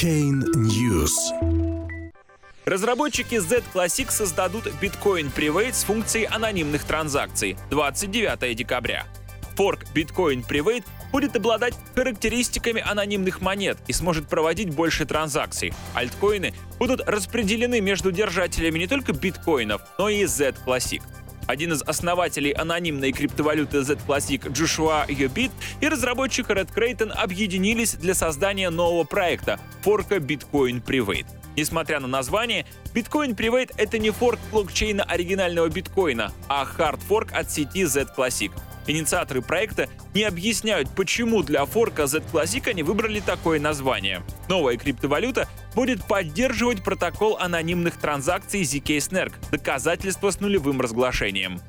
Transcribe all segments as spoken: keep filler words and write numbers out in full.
Blockchain News. Разработчики Z-Classic создадут Bitcoin Private с функцией анонимных транзакций двадцать девятого декабря. Форк Bitcoin Private будет обладать характеристиками анонимных монет и сможет проводить больше транзакций. Альткоины будут распределены между держателями не только биткоинов, но и Z-Classic. Один из основателей анонимной криптовалюты Z-Classic Джошуа Йобит и разработчик Red Creighton объединились для создания нового проекта — форка Bitcoin Private. Несмотря на название, Bitcoin Private — это не форк блокчейна оригинального биткоина, а хард-форк от сети Z-Classic. Инициаторы проекта не объясняют, почему для форка Z-Classic они выбрали такое название. Новая криптовалюта будет поддерживать протокол анонимных транзакций зет кей Snark, доказательство с нулевым разглашением.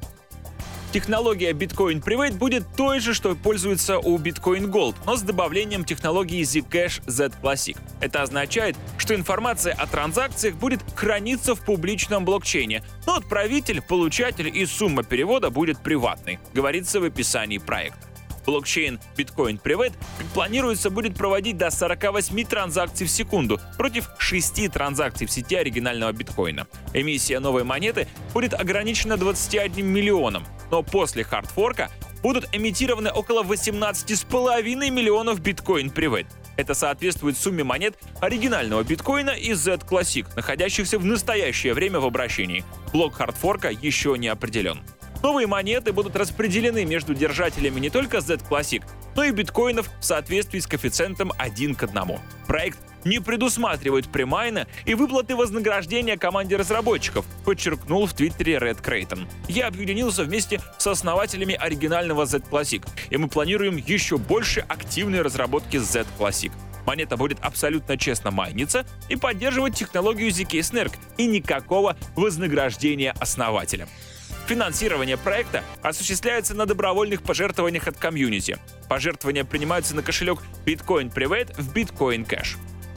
Технология Bitcoin Private будет той же, что пользуется у Bitcoin Gold, но с добавлением технологии Zcash Z-Classic. Это означает, что информация о транзакциях будет храниться в публичном блокчейне, но отправитель, получатель и сумма перевода будет приватной, говорится в описании проекта. Блокчейн Bitcoin Private, как планируется, будет проводить до сорока восьми транзакций в секунду против шести транзакций в сети оригинального биткоина. Эмиссия новой монеты будет ограничена двадцатью одним миллионом, но после хардфорка будут эмитированы около восемнадцати с половиной миллионов Bitcoin Private. Это соответствует сумме монет оригинального биткоина и Z-Classic, находящихся в настоящее время в обращении. Блок хардфорка еще не определен. Новые монеты будут распределены между держателями не только Z-Classic, но и биткоинов в соответствии с коэффициентом один к одному. Проект не предусматривает премайна и выплаты вознаграждения команде разработчиков, подчеркнул в Твиттере Red Creighton. Я объединился вместе с основателями оригинального Z-Classic, и мы планируем еще больше активной разработки Z-Classic. Монета будет абсолютно честно майниться и поддерживать технологию зет кей Snark, и никакого вознаграждения основателям. Финансирование проекта осуществляется на добровольных пожертвованиях от комьюнити. Пожертвования принимаются на кошелек Bitcoin Private в Bitcoin Cash.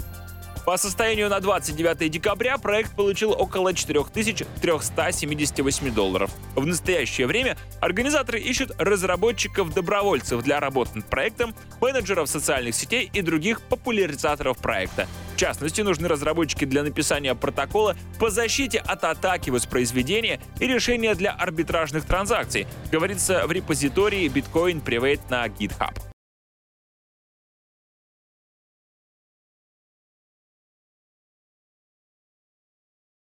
По состоянию на двадцать девятого декабря проект получил около четыре тысячи триста семьдесят восемь долларов. В настоящее время организаторы ищут разработчиков-добровольцев для работы над проектом, менеджеров социальных сетей и других популяризаторов проекта. В частности, нужны разработчики для написания протокола по защите от атаки воспроизведения и решения для арбитражных транзакций, говорится в репозитории Bitcoin Private на GitHub.